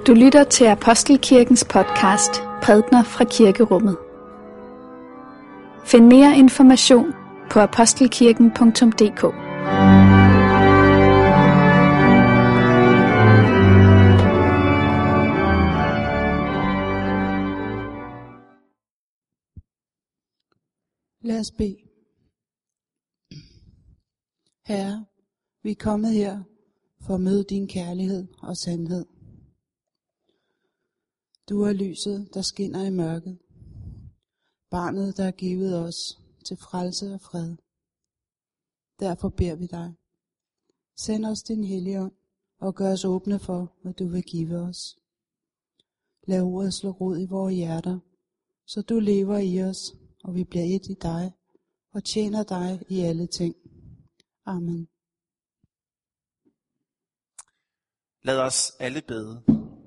Du lytter til Apostelkirkens podcast Prædner fra Kirkerummet. Find mere information på apostelkirken.dk. Lad os bede. Herre, vi er kommet her for at møde din kærlighed og sandhed. Du er lyset, der skinner i mørket. Barnet, der er givet os til frelse og fred. Derfor beder vi dig. Send os din Helligånd og gør os åbne for, hvad du vil give os. Lad ordet slå rod i vores hjerter, så du lever i os, og vi bliver et i dig og tjener dig i alle ting. Amen. Lad os alle bede.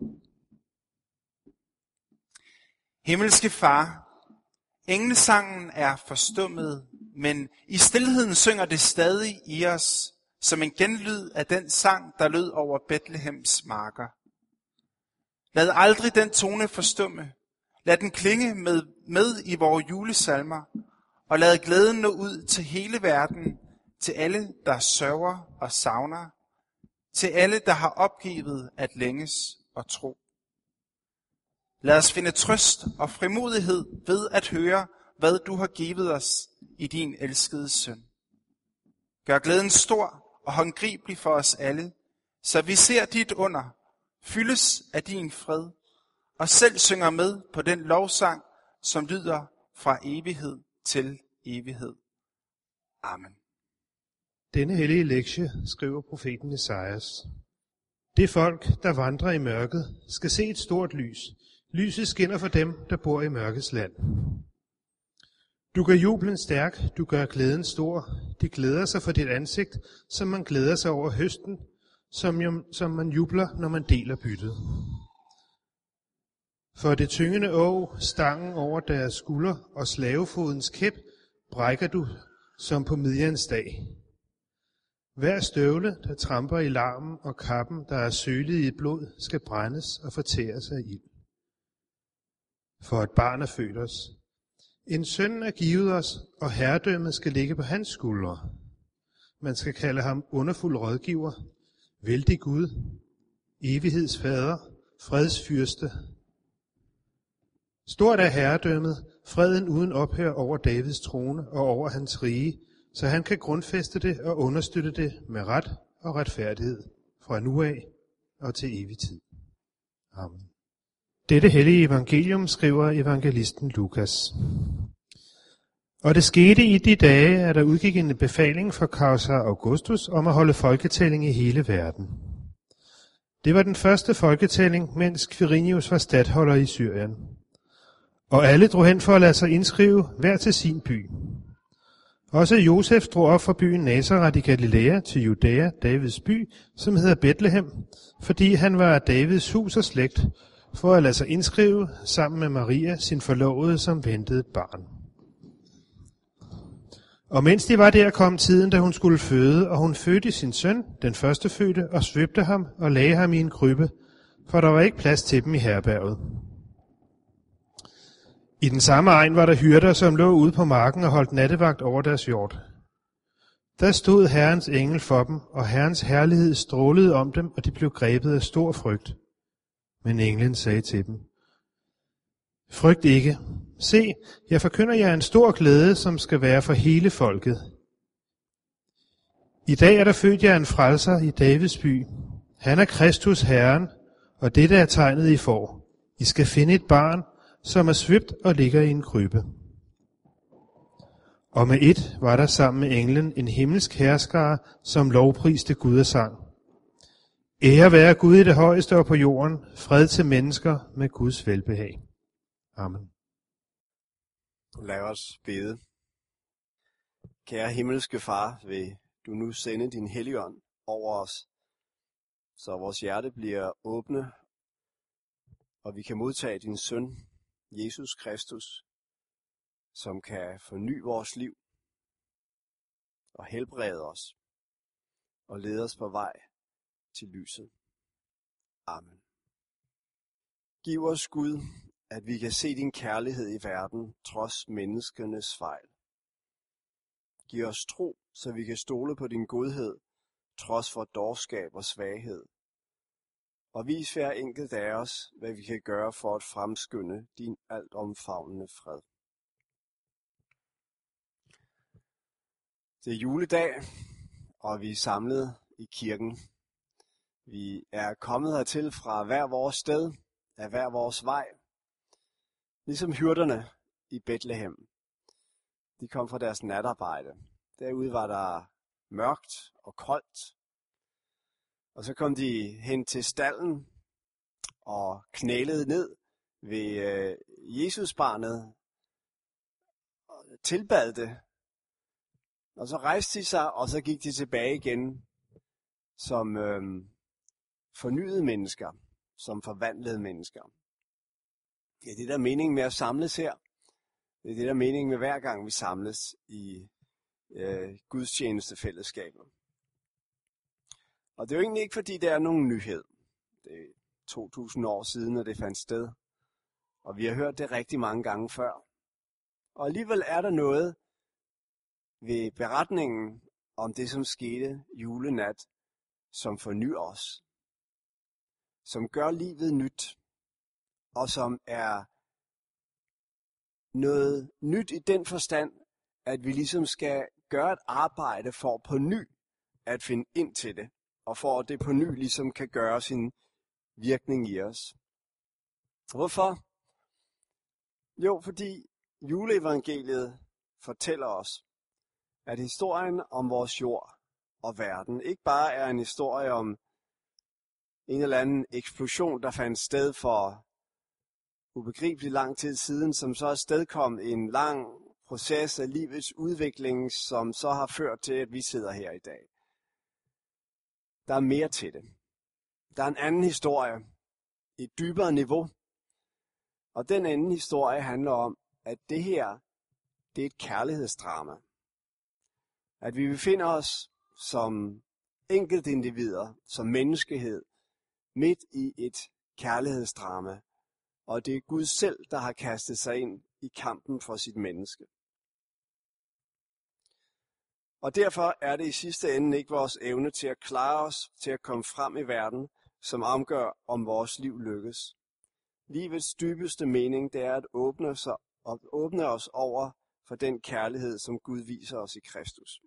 Himmelske Far, englesangen er forstummet, men i stilheden synger det stadig i os, som en genlyd af den sang, der lød over Betlehems marker. Lad aldrig den tone forstumme. Lad den klinge med i vores julesalmer, og lad glæden nå ud til hele verden, til alle, der sørger og savner, til alle, der har opgivet at længes og tro. Lad os finde trøst og frimodighed ved at høre, hvad du har givet os i din elskede søn. Gør glæden stor og håndgribelig for os alle, så vi ser dit under, fyldes af din fred, og selv synger med på den lovsang, som lyder fra evighed til evighed. Amen. Denne hellige lektie skriver profeten Esajas. Det folk, der vandrer i mørket, skal se et stort lys. Lyset skinner for dem, der bor i mørkets land. Du gør jublen stærk, du gør glæden stor. De glæder sig for dit ansigt, som man glæder sig over høsten, som man jubler, når man deler byttet. For det tyngende åg, stangen over deres skulder og slavefodens kæp, brækker du som på Midjans dag. Hver støvle, der tramper i larmen, og kappen, der er sølet i blod, skal brændes og fortæres af ild. For et barn er født os. En søn er givet os, og herredømmet skal ligge på hans skuldre. Man skal kalde ham underfuld rådgiver, vældig Gud, evighedsfader, fredsfyrste. Stort er herredømmet, freden uden ophør over Davids trone og over hans rige, så han kan grundfæste det og understøtte det med ret og retfærdighed fra nu af og til evig tid. Amen. Dette hellige evangelium skriver evangelisten Lukas. Og det skete i de dage, at der udgik en befaling fra Kaisar Augustus om at holde folketælling i hele verden. Det var den første folketælling, mens Quirinius var statholder i Syrien. Og alle drog hen for at lade sig indskrive hver til sin by. Også Josef drog op fra byen Nazaret i Galilea til Judæa, Davids by, som hedder Betlehem, fordi han var af Davids hus og slægt, for at lade sig indskrive sammen med Maria, sin forlovede, som ventede et barn. Og mens de var der, kom tiden, da hun skulle føde, og hun fødte sin søn, den førstefødte, og svøbte ham og lagde ham i en krybbe, for der var ikke plads til dem i herberget. I den samme egn var der hyrder, som lå ude på marken og holdt nattevagt over deres hjort. Der stod Herrens engel for dem, og Herrens herlighed strålede om dem, og de blev grebet af stor frygt. Men englen sagde til dem: Frygt ikke. Se, jeg forkynder jer en stor glæde, som skal være for hele folket. I dag er der født jer en frelser i Davids by. Han er Kristus Herren, og dette er tegnet I får. I skal finde et barn, som er svøbt og ligger i en krybbe. Og med et var der sammen med englen en himmelsk herskare, som lovpriste Gud og sang: Ære være Gud i det højeste og på jorden, fred til mennesker med Guds velbehag. Amen. Lad os bede. Kære himmelske Far, vil du nu sende din Helligånd over os, så vores hjerte bliver åbne, og vi kan modtage din søn, Jesus Kristus, som kan forny vores liv og helbrede os og lede os på vej til lyset. Amen. Giv os, Gud, at vi kan se din kærlighed i verden, trods menneskenes fejl. Giv os tro, så vi kan stole på din godhed, trods for dårskab og svaghed. Og vis hver enkelt af os, hvad vi kan gøre for at fremskynde din altomfavnende fred. Det er juledag, og vi er samlet i kirken. Vi er kommet hertil fra hver vores sted, af hver vores vej. Ligesom hyrderne i Bethlehem. De kom fra deres natarbejde. Derude var der mørkt og koldt. Og så kom de hen til stalden og knælede ned ved Jesusbarnet og tilbad det. Og så rejste de sig, og så gik de tilbage igen som fornyede mennesker, som forvandlede mennesker. Det er det, der er meningen med at samles her. Det er det, der er meningen med hver gang vi samles i gudstjenestefællesskabet. Og det er jo egentlig ikke, fordi det er nogen nyhed. Det er 2000 år siden, at det fandt sted. Og vi har hørt det rigtig mange gange før. Og alligevel er der noget ved beretningen om det, som skete julenat, som fornyer os. Som gør livet nyt. Og som er noget nyt i den forstand, at vi ligesom skal gøre et arbejde for på ny at finde ind til det. Og for at det på ny ligesom kan gøre sin virkning i os. Hvorfor? Jo, fordi juleevangeliet fortæller os, at historien om vores jord og verden ikke bare er en historie om en eller anden eksplosion, der fandt sted for ubegribelig lang tid siden, som så afstedkom en lang proces af livets udvikling, som så har ført til, at vi sidder her i dag. Der er mere til det. Der er en anden historie, et dybere niveau. Og den anden historie handler om, at det her, det er et kærlighedsdrama. At vi befinder os som enkeltindivider, som menneskehed, midt i et kærlighedsdrama. Og det er Gud selv, der har kastet sig ind i kampen for sit menneske. Og derfor er det i sidste ende ikke vores evne til at klare os, til at komme frem i verden, som afgør, om vores liv lykkes. Livets dybeste mening, det er at åbne os over for den kærlighed, som Gud viser os i Kristus.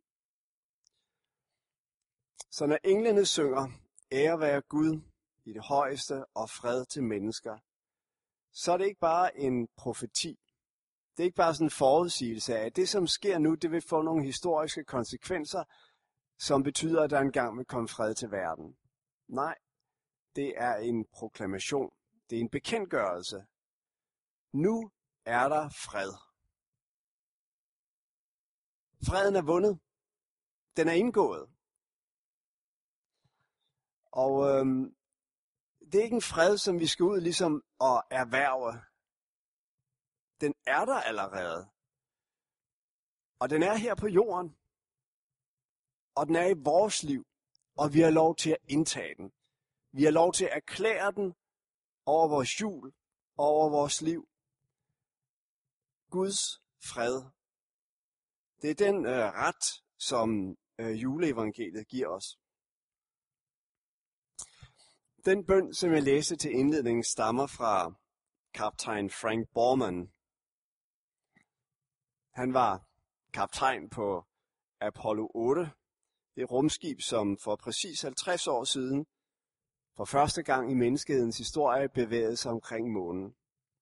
Så når englene synger, ære være Gud i det højeste og fred til mennesker, så er det ikke bare en profeti. Det er ikke bare sådan en forudsigelse af, at det, som sker nu, det vil få nogle historiske konsekvenser, som betyder, at der engang vil komme fred til verden. Nej, det er en proklamation. Det er en bekendtgørelse. Nu er der fred. Freden er vundet. Den er indgået. Og det er ikke en fred, som vi skal ud ligesom at erhverve. Den er der allerede. Og den er her på jorden. Og den er i vores liv. Og vi har lov til at indtage den. Vi har lov til at erklære den over vores jul, over vores liv. Guds fred. Det er den ret, som juleevangeliet giver os. Den bøn, som jeg læste til indledning, stammer fra kaptajn Frank Borman. Han var kaptajn på Apollo 8, det rumskib, som for præcis 50 år siden for første gang i menneskehedens historie bevægede sig omkring månen.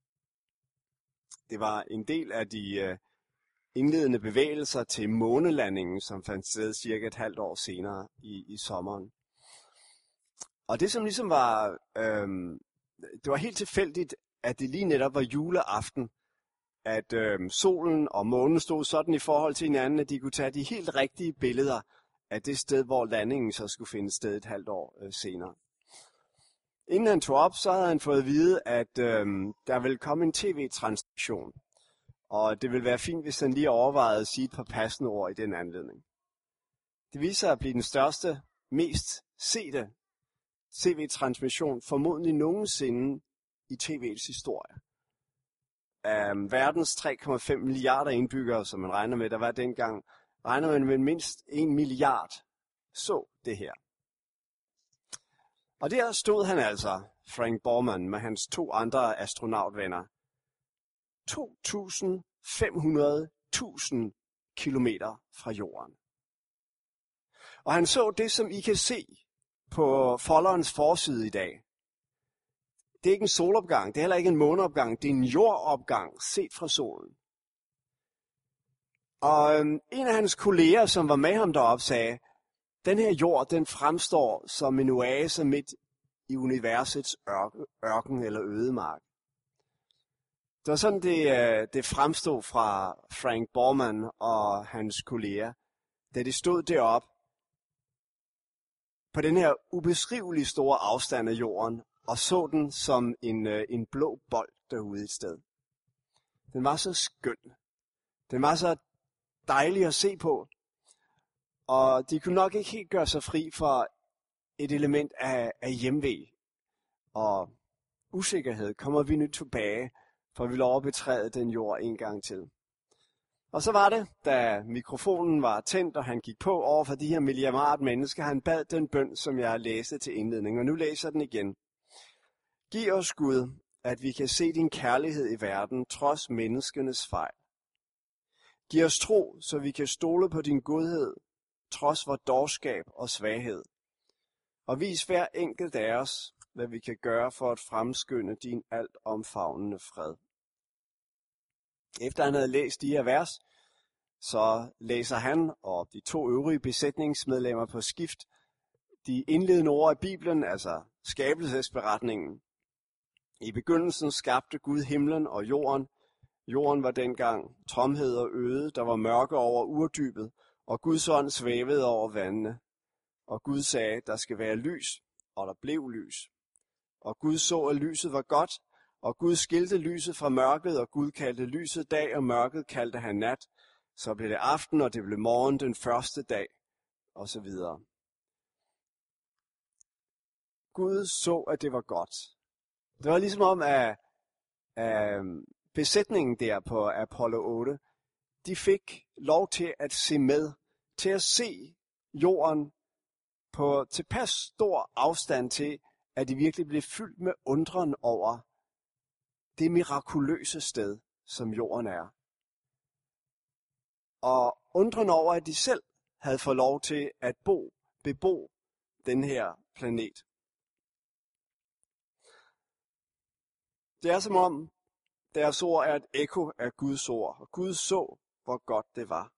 Det var en del af de indledende bevægelser til månelandingen, som fandt sted cirka et halvt år senere i sommeren. Og det som ligesom var, det var helt tilfældigt, at det lige netop var juleaften, at solen og månen stod sådan i forhold til hinanden, at de kunne tage de helt rigtige billeder af det sted, hvor landingen så skulle finde sted et halvt år senere. Inden han tog op, så havde han fået at vide, at der ville komme en tv-transmission. Og det ville være fint, hvis han lige overvejede at sige et par passende ord i den anledning. Det viser sig at blive den største, mest sete tv-transmission formodentlig nogensinde i tv's historie. Verdens 3,5 milliarder indbyggere, som man regner med, der var dengang, regner man med mindst 1 milliard så det her. Og der stod han altså, Frank Borman, med hans 2 andre astronautvenner. 2.500.000 kilometer fra jorden. Og han så det, som I kan se på folderens forside i dag. Det er ikke en solopgang, det er heller ikke en måneopgang, det er en jordopgang set fra solen. Og en af hans kolleger, som var med ham deroppe, sagde, den her jord, den fremstår som en oase midt i universets ørken eller ødemark. Det var sådan, det fremstod fra Frank Borman og hans kolleger, da de stod deroppe på den her ubeskrivelige store afstand af jorden, og så den som en blå bold derude et sted. Den var så skøn. Den var så dejlig at se på. Og de kunne nok ikke helt gøre sig fri for et element af hjemve og usikkerhed. Kommer vi nu tilbage, for vi vil overbetræde den jord en gang til. Og så var det, da mikrofonen var tændt, og han gik på over for de her milliarder mennesker, han bad den bøn, som jeg læste til indledning, og nu læser den igen. Giv os, Gud, at vi kan se din kærlighed i verden, trods menneskenes fejl. Giv os tro, så vi kan stole på din godhed, trods vor dårskab og svaghed. Og vis hver enkelt af os, hvad vi kan gøre for at fremskynde din alt omfavnende fred. Efter han havde læst de her vers, så læser han og de 2 øvrige besætningsmedlemmer på skift de indledende ord af Bibelen, altså skabelsesberetningen. I begyndelsen skabte Gud himlen og jorden. Jorden var dengang tomhed og øde, der var mørke over urdybet, og Guds ånd svævede over vandene. Og Gud sagde, der skal være lys, og der blev lys. Og Gud så, at lyset var godt, og Gud skilte lyset fra mørket, og Gud kaldte lyset dag, og mørket kaldte han nat. Så blev det aften, og det blev morgen den første dag, og så videre. Gud så, at det var godt. Det var ligesom om, at besætningen der på Apollo 8, de fik lov til at se med, til at se jorden på tilpas stor afstand til, at de virkelig blev fyldt med undren over det mirakuløse sted, som jorden er. Og undren over, at de selv havde fået lov til at bebo den her planet. Det er som om, deres ord er et ekko af Guds ord, og Gud så, hvor godt det var.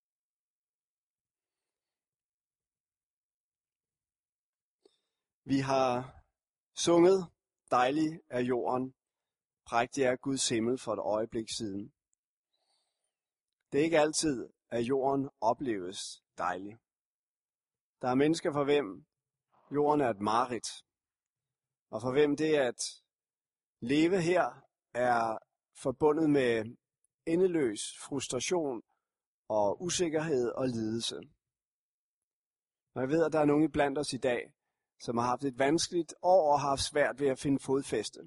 Vi har sunget dejlig af jorden, prægtig er Guds himmel for et øjeblik siden. Det er ikke altid, at jorden opleves dejlig. Der er mennesker, for hvem jorden er et mareridt, og for hvem det at leve her er forbundet med endeløs frustration og usikkerhed og lidelse. Og jeg ved, at der er nogen blandt os i dag, som har haft et vanskeligt år og har haft svært ved at finde fodfæste.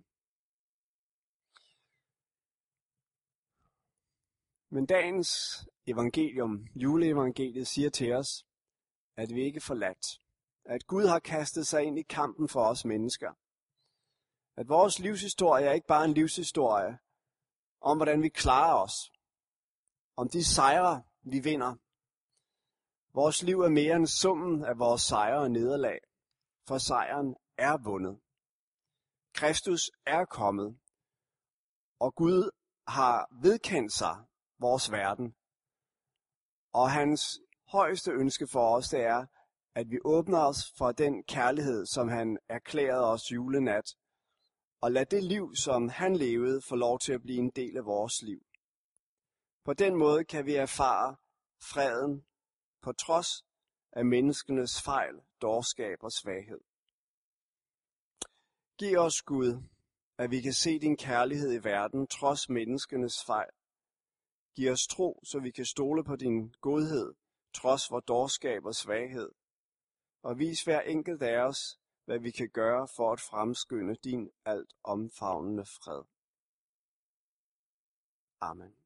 Men dagens evangelium, juleevangeliet, siger til os, at vi ikke er forladt. At Gud har kastet sig ind i kampen for os mennesker. At vores livshistorie er ikke bare en livshistorie om, hvordan vi klarer os. Om de sejre, vi vinder. Vores liv er mere end summen af vores sejre og nederlag. For sejren er vundet. Kristus er kommet. Og Gud har vedkendt sig vores verden. Og hans højeste ønske for os, det er, at vi åbner os for den kærlighed, som han erklærede os julenat. Og lad det liv, som han levede, få lov til at blive en del af vores liv. På den måde kan vi erfare freden på trods af menneskenes fejl, dårskab og svaghed. Giv os, Gud, at vi kan se din kærlighed i verden, trods menneskenes fejl. Giv os tro, så vi kan stole på din godhed, trods vor dårskab og svaghed. Og vis hver enkelt af os, hvad vi kan gøre for at fremskynde din alt omfavnende fred. Amen.